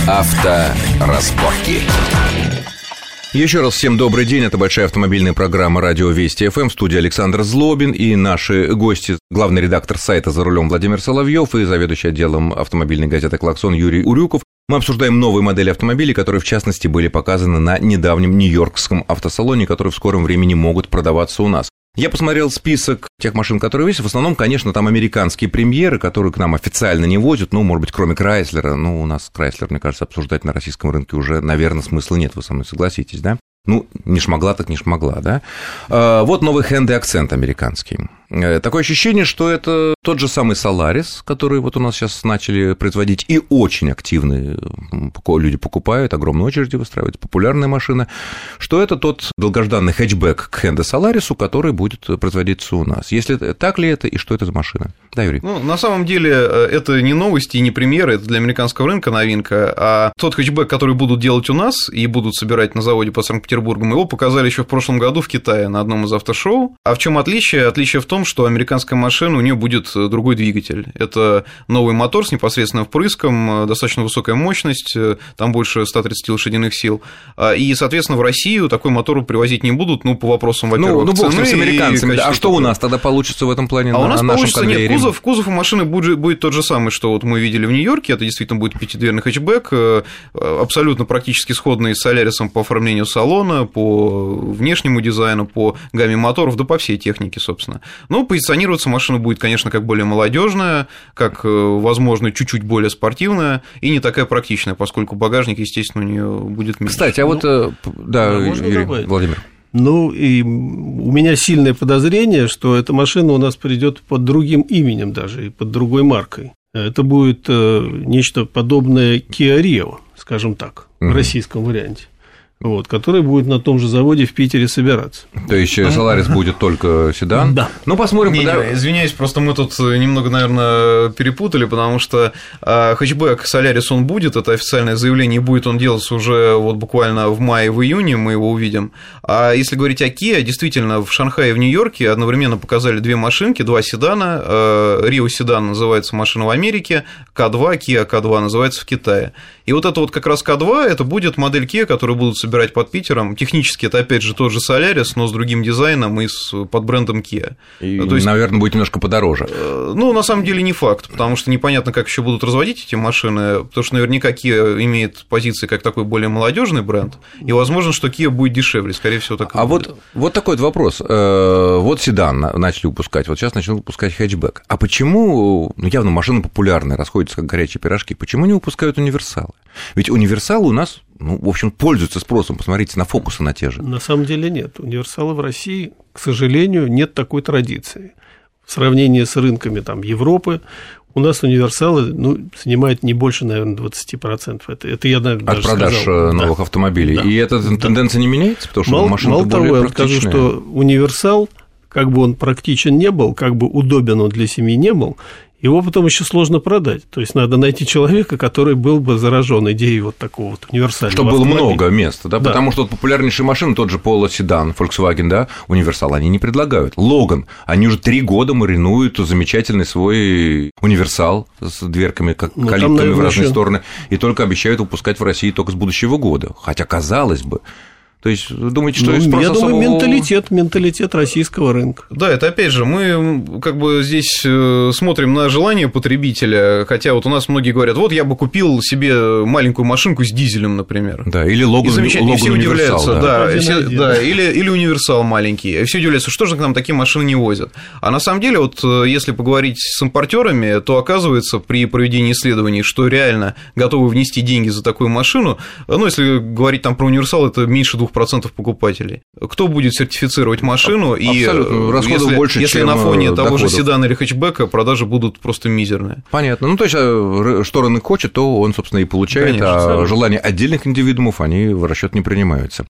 Авторазборки. Еще раз всем добрый день, это большая автомобильная программа «Радио Вести ФМ», в студии Александр Злобин и наши гости, главный редактор сайта «За рулем» Владимир Соловьев и заведующий отделом автомобильной газеты «Клаксон» Юрий Урюков. Мы обсуждаем новые модели автомобилей, которые, в частности, были показаны на недавнем Нью-Йоркском автосалоне, которые в скором времени могут продаваться у нас. Я посмотрел список тех машин, которые есть. В основном, конечно, там американские премьеры, которые к нам официально не возят. Ну, может быть, кроме Крайслера. Ну, у нас Крайслер, мне кажется, обсуждать на российском рынке уже, наверное, смысла нет. Вы со мной согласитесь, да? Ну, не шмогла, так не шмогла, да? Вот новый Hyundai Accent американский. Такое ощущение, что это тот же самый Solaris, который вот у нас сейчас начали производить, и очень активные люди покупают, огромные очереди выстраивают, популярная машина, что это тот долгожданный хэтчбэк к Hyundai Solaris, который будет производиться у нас. Если так ли это, и что это за машина? Да, Юрий? Ну, на самом деле, это не новости и не премьеры, это для американского рынка новинка, а тот хэтчбэк, который будут делать у нас и будут собирать на заводе под Санкт-Петербургом, его показали еще в прошлом году в Китае на одном из автошоу. А в чем отличие? Отличие в том, что американская машина, у нее будет другой двигатель. Это новый мотор с непосредственным впрыском, достаточно высокая мощность, там больше 130 лошадиных сил. И, соответственно, в Россию такой мотор привозить не будут, ну, по вопросам, во-первых, бог цены с американцами. А что у нас тогда получится в этом плане? А у нас получится, конвейере? Нет, кузов у машины будет тот же самый, что вот мы видели в Нью-Йорке, это действительно будет пятидверный хэтчбэк, абсолютно практически сходный с Солярисом по оформлению салона, по внешнему дизайну, по гамме моторов, да по всей технике, собственно. Но позиционироваться машина будет, конечно, как более молодежная, как, возможно, чуть-чуть более спортивная и не такая практичная, поскольку багажник, естественно, у нее будет меньше. Кстати, а вот, да, Юрий, Владимир. Ну, и у меня сильное подозрение, что эта машина у нас придет под другим именем даже, и под другой маркой. Это будет нечто подобное Kia Rio, скажем так, в российском варианте. Вот, который будет на том же заводе в Питере собираться. То есть Solaris будет только седан? Да. Ну, посмотрим. Извиняюсь, просто мы тут немного, наверное, перепутали, потому что хэтчбэк Solaris он будет, это официальное заявление, будет он делаться уже вот буквально в мае, в июне, мы его увидим. А если говорить о Kia, действительно, в Шанхае и в Нью-Йорке одновременно показали две машинки, два седана. Rio седан называется машина в Америке, K2, Kia K2 называется в Китае. И вот это вот как раз K2, это будет модель Kia, которую будут собирать под Питером. Технически это, опять же, тот же Solaris, но с другим дизайном и под брендом Kia. И, то есть, наверное, будет немножко подороже. Ну, на самом деле, не факт, потому что непонятно, как еще будут разводить эти машины, потому что наверняка Kia имеет позиции как такой более молодежный бренд, и возможно, что Kia будет дешевле, скорее всего, так и будет. Вот такой вот вопрос. Вот седан начали выпускать, вот сейчас начнут выпускать хэтчбэк. А почему, ну, явно машины популярные, расходятся как горячие пирожки, почему не выпускают универсалы? Ведь универсалы у нас, ну, в общем, пользуются спросом. Посмотрите на фокусы, на те же. На самом деле нет. Универсалы в России, к сожалению, нет такой традиции. В сравнении с рынками там, Европы, у нас универсалы занимают не больше, наверное, 20%. Это я, наверное, даже сказал. От продаж новых автомобилей. Да. И эта тенденция не меняется? Потому что машина более того, я скажу, что универсал, как бы он практичен не был, как бы удобен он для семьи не был, его потом еще сложно продать. То есть надо найти человека, который был бы заражен идеей вот такого вот универсального чтобы было автомобиля. Много места, да? Потому что вот популярнейшие машины, тот же Polo седан, Volkswagen, да, универсал, они не предлагают. Logan, они уже 3 года маринуют замечательный свой универсал с дверками, калиптами в разные стороны, и только обещают выпускать в России только с будущего года. Хотя, казалось бы. То есть, думаете, что есть просто я думаю, менталитет российского рынка. Да, это опять же, мы как бы здесь смотрим на желание потребителя, хотя вот у нас многие говорят, вот я бы купил себе маленькую машинку с дизелем, например. Да, или Logan универсал. Да, или универсал маленький. И все удивляются, что же к нам такие машины не возят. А на самом деле, вот если поговорить с импортерами, то оказывается при проведении исследований, что реально готовы внести деньги за такую машину, ну, если говорить там про универсал, это меньше 2% покупателей. Кто будет сертифицировать машину? Абсолютно. И больше, если на фоне того же седана или хэтчбека продажи будут просто мизерные. Понятно. Ну, то есть, что рынок хочет, то он, собственно, и получает, конечно, а желания отдельных индивидуумов, они в расчет не принимаются.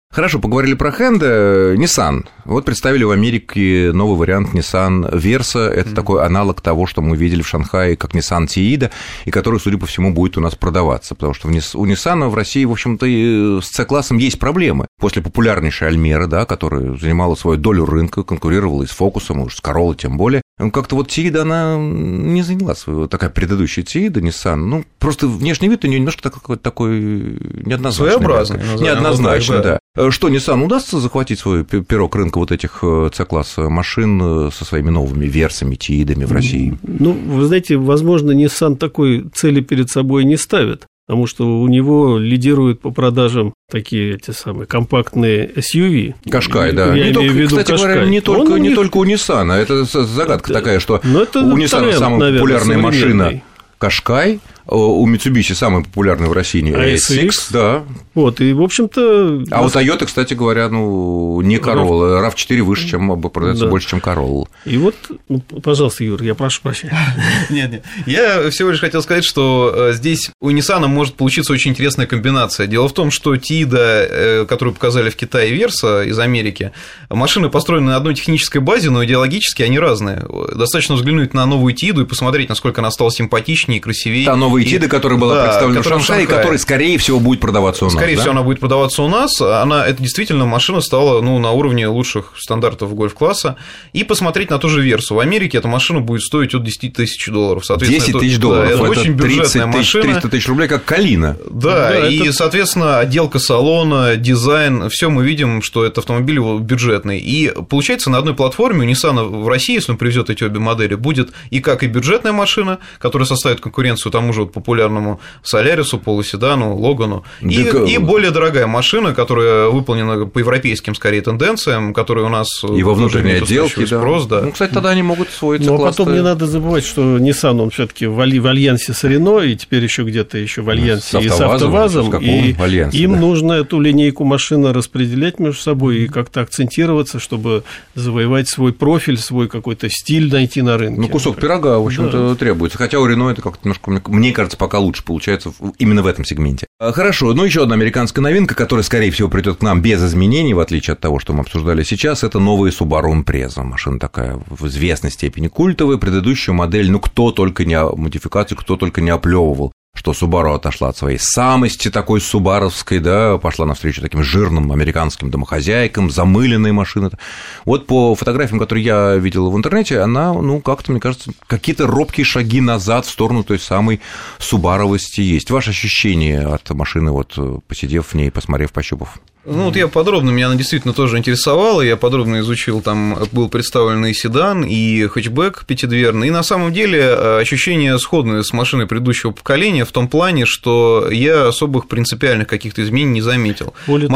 Хорошо, поговорили про Hyundai. Nissan. Вот представили в Америке новый вариант Nissan Versa. Это такой аналог того, что мы видели в Шанхае, как Nissan Tiida, и который, судя по всему, будет у нас продаваться. Потому что у Nissan в России, в общем-то, с C-классом есть проблемы. После популярнейшей Альмеры, да, которая занимала свою долю рынка, конкурировала и с Фокусом, уж с Corolla тем более. Как-то вот Tiida, она не заняла свою, такая предыдущая Tiida, Nissan. Ну, просто внешний вид у нее немножко такой неоднозначный. Своеобразный. Неоднозначный, да. Что, Nissan удастся захватить свой пирог рынка вот этих C-класса машин со своими новыми Версами, Тиидами в России? Ну, вы знаете, возможно, Nissan такой цели перед собой не ставит, потому что у него лидируют по продажам такие эти самые компактные SUV. Кашкай, да. Я имею в виду кстати Кашкай. Говоря, не только у Nissan, это загадка такая, что у Nissan самая популярная машина Кашкай, у Mitsubishi самый популярный в России ASX, да. Вот, и, в общем-то... А у Toyota, кстати говоря, не Corolla, RAV4 выше, чем продается больше, чем Corolla. И вот, пожалуйста, Юр, я прошу прощения. Нет, я всего лишь хотел сказать, что здесь у Nissan может получиться очень интересная комбинация. Дело в том, что Tiida, которую показали в Китае, Versa из Америки, машины построены на одной технической базе, но идеологически они разные. Достаточно взглянуть на новую Tiida и посмотреть, насколько она стала симпатичнее и красивее. Та новая Tiida, которая была представлена в Шанхае, которая, скорее всего, будет продаваться у нас. Скорее всего, она будет продаваться у нас. Это действительно машина стала на уровне лучших стандартов гольф-класса. И посмотреть на ту же Версу. В Америке эта машина будет стоить от $10 тысяч. 10 тысяч долларов. Это очень бюджетная машина. 300 тысяч рублей, как Калина. Да, и, соответственно, отделка салона, дизайн, все мы видим, что это автомобиль бюджетный. И получается, на одной платформе у Nissan в России, если он привезет эти обе модели, будет и как и бюджетная машина, которая составит конкуренцию тому же популярному Солярису, полуседану, Логану, и более дорогая машина, которая выполнена по европейским, скорее, тенденциям, которые у нас... И во внутренней отделке, спрос, да. Ну, кстати, тогда они могут сводиться. Но потом не надо забывать, что Nissan, он все-таки в альянсе с Renault, и теперь еще где-то еще в альянсе и с АвтоВАЗом, и им нужно эту линейку машин распределять между собой и как-то акцентироваться, чтобы завоевать свой профиль, свой какой-то стиль найти на рынке. Ну, кусок пирога, в общем-то, требуется. Хотя у Renault это как-то немножко, мне кажется, пока лучше получается именно в этом сегменте. Хорошо, еще одна американская новинка, которая, скорее всего, придет к нам без изменений, в отличие от того, что мы обсуждали сейчас, это новая Subaru Impreza. Машина такая в известной степени культовая, предыдущую модель, кто только не модификацию, кто только не оплевывал, что Subaru отошла от своей самости такой субаровской, да, пошла навстречу таким жирным американским домохозяйкам, замыленной машины. Вот по фотографиям, которые я видел в интернете, она, как-то, мне кажется, какие-то робкие шаги назад в сторону той самой субаровости есть. Ваши ощущения от машины, посидев в ней, посмотрев, пощупав? Я подробно, меня она действительно тоже интересовала, я подробно изучил, там был представлен и седан, и хэтчбэк пятидверный, и на самом деле ощущения сходные с машиной предыдущего поколения в том плане, что я особых принципиальных каких-то изменений не заметил.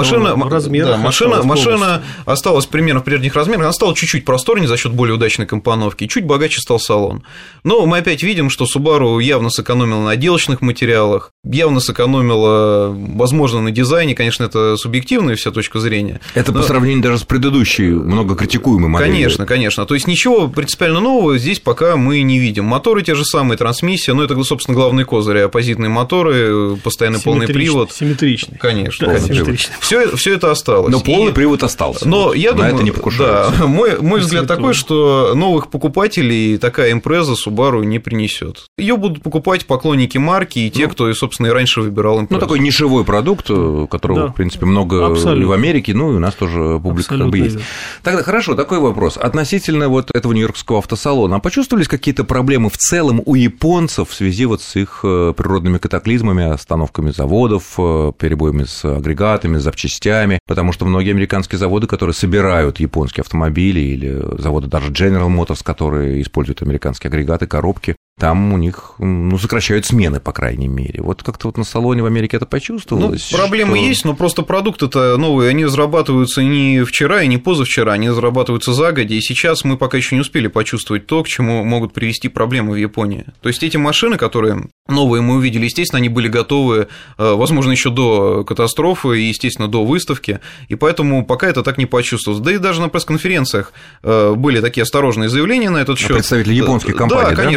Машина осталась примерно в прежних размерах, она стала чуть-чуть просторнее за счет более удачной компоновки, чуть богаче стал салон. Но мы опять видим, что Subaru явно сэкономила на отделочных материалах, явно сэкономила, возможно, на дизайне, конечно, это субъективно, вся точка зрения. Это по сравнению даже с предыдущей, много критикуемой моделью. Конечно. То есть ничего принципиально нового здесь пока мы не видим. Моторы те же самые, трансмиссия, это, собственно, главный козырь, оппозитные моторы, постоянный полный привод. Симметричный. Конечно. Все это осталось. Но полный привод остался. Но я думаю, это не покушаются. Да, мой взгляд такой, что новых покупателей такая Impreza Subaru не принесет. Ее будут покупать поклонники марки и те, кто, собственно, и раньше выбирал Impreza. Такой нишевой продукт, которого, в принципе, много и в Америке, и у нас тоже публика есть. Тогда хорошо, такой вопрос. Относительно этого нью-йоркского автосалона, почувствовались какие-то проблемы в целом у японцев в связи с их природными катаклизмами, остановками заводов, перебоями с агрегатами, с запчастями? Потому что многие американские заводы, которые собирают японские автомобили, или заводы даже General Motors, которые используют американские агрегаты, коробки, там у них сокращают смены, по крайней мере. Как-то на салоне в Америке это почувствовалось. Проблемы есть, но просто продукты-то новые, они разрабатываются не вчера и не позавчера, они разрабатываются загодя, и сейчас мы пока еще не успели почувствовать то, к чему могут привести проблемы в Японии. То есть эти машины, которые новые мы увидели, естественно, они были готовы, возможно, еще до катастрофы и, естественно, до выставки, и поэтому пока это так не почувствовалось. Да и даже на пресс-конференциях были такие осторожные заявления на этот счет. Представители японских компаний, да? Конечно, проблемы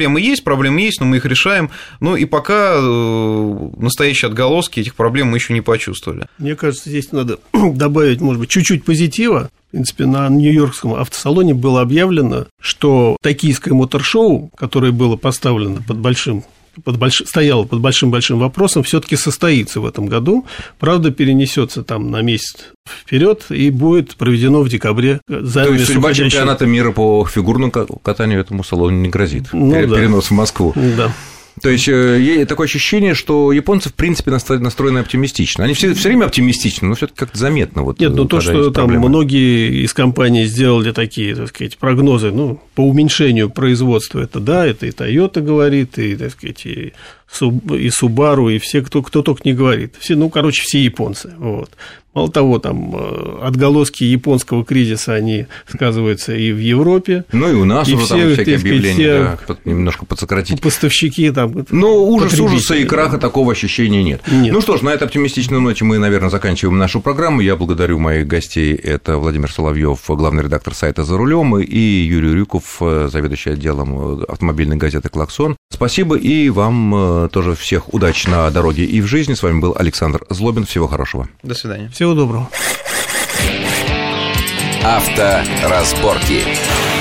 проблемы есть, но мы их решаем. Ну и пока настоящие отголоски этих проблем мы еще не почувствовали. Мне кажется, здесь надо добавить, может быть, чуть-чуть позитива. В принципе, на Нью-Йоркском автосалоне было объявлено, что токийское мотор-шоу, которое было поставлено стояло под большим-большим вопросом, все-таки состоится в этом году. Правда, перенесется там на месяц вперед и будет проведено в декабре. То есть судьба чемпионата мира по фигурному катанию этому салону не грозит. Перенос в Москву. Да. То есть такое ощущение, что японцы в принципе настроены оптимистично. Они все время оптимистичны, но все-таки как-то заметно. Вот, нет, то, что там многие из компаний сделали такие, так сказать, прогнозы, по уменьшению производства, это да, это и Toyota говорит, и, так сказать, и Subaru, и все, кто только не говорит. Все японцы. Вот. Мало того, там отголоски японского кризиса, они сказываются и в Европе. Ну, и у нас уже там всякие объявления, немножко подсократить. Поставщики там. Но ужаса и краха такого ощущения нет. Ну что ж, на этой оптимистичной ноте мы, наверное, заканчиваем нашу программу. Я благодарю моих гостей. Это Владимир Соловьев, главный редактор сайта «За рулем», и Юрий Рюков, заведующий отделом автомобильной газеты «Клаксон». Спасибо, и вам тоже всех удач на дороге и в жизни. С вами был Александр Злобин. Всего хорошего. До свидания. Всего доброго. Авторазборки.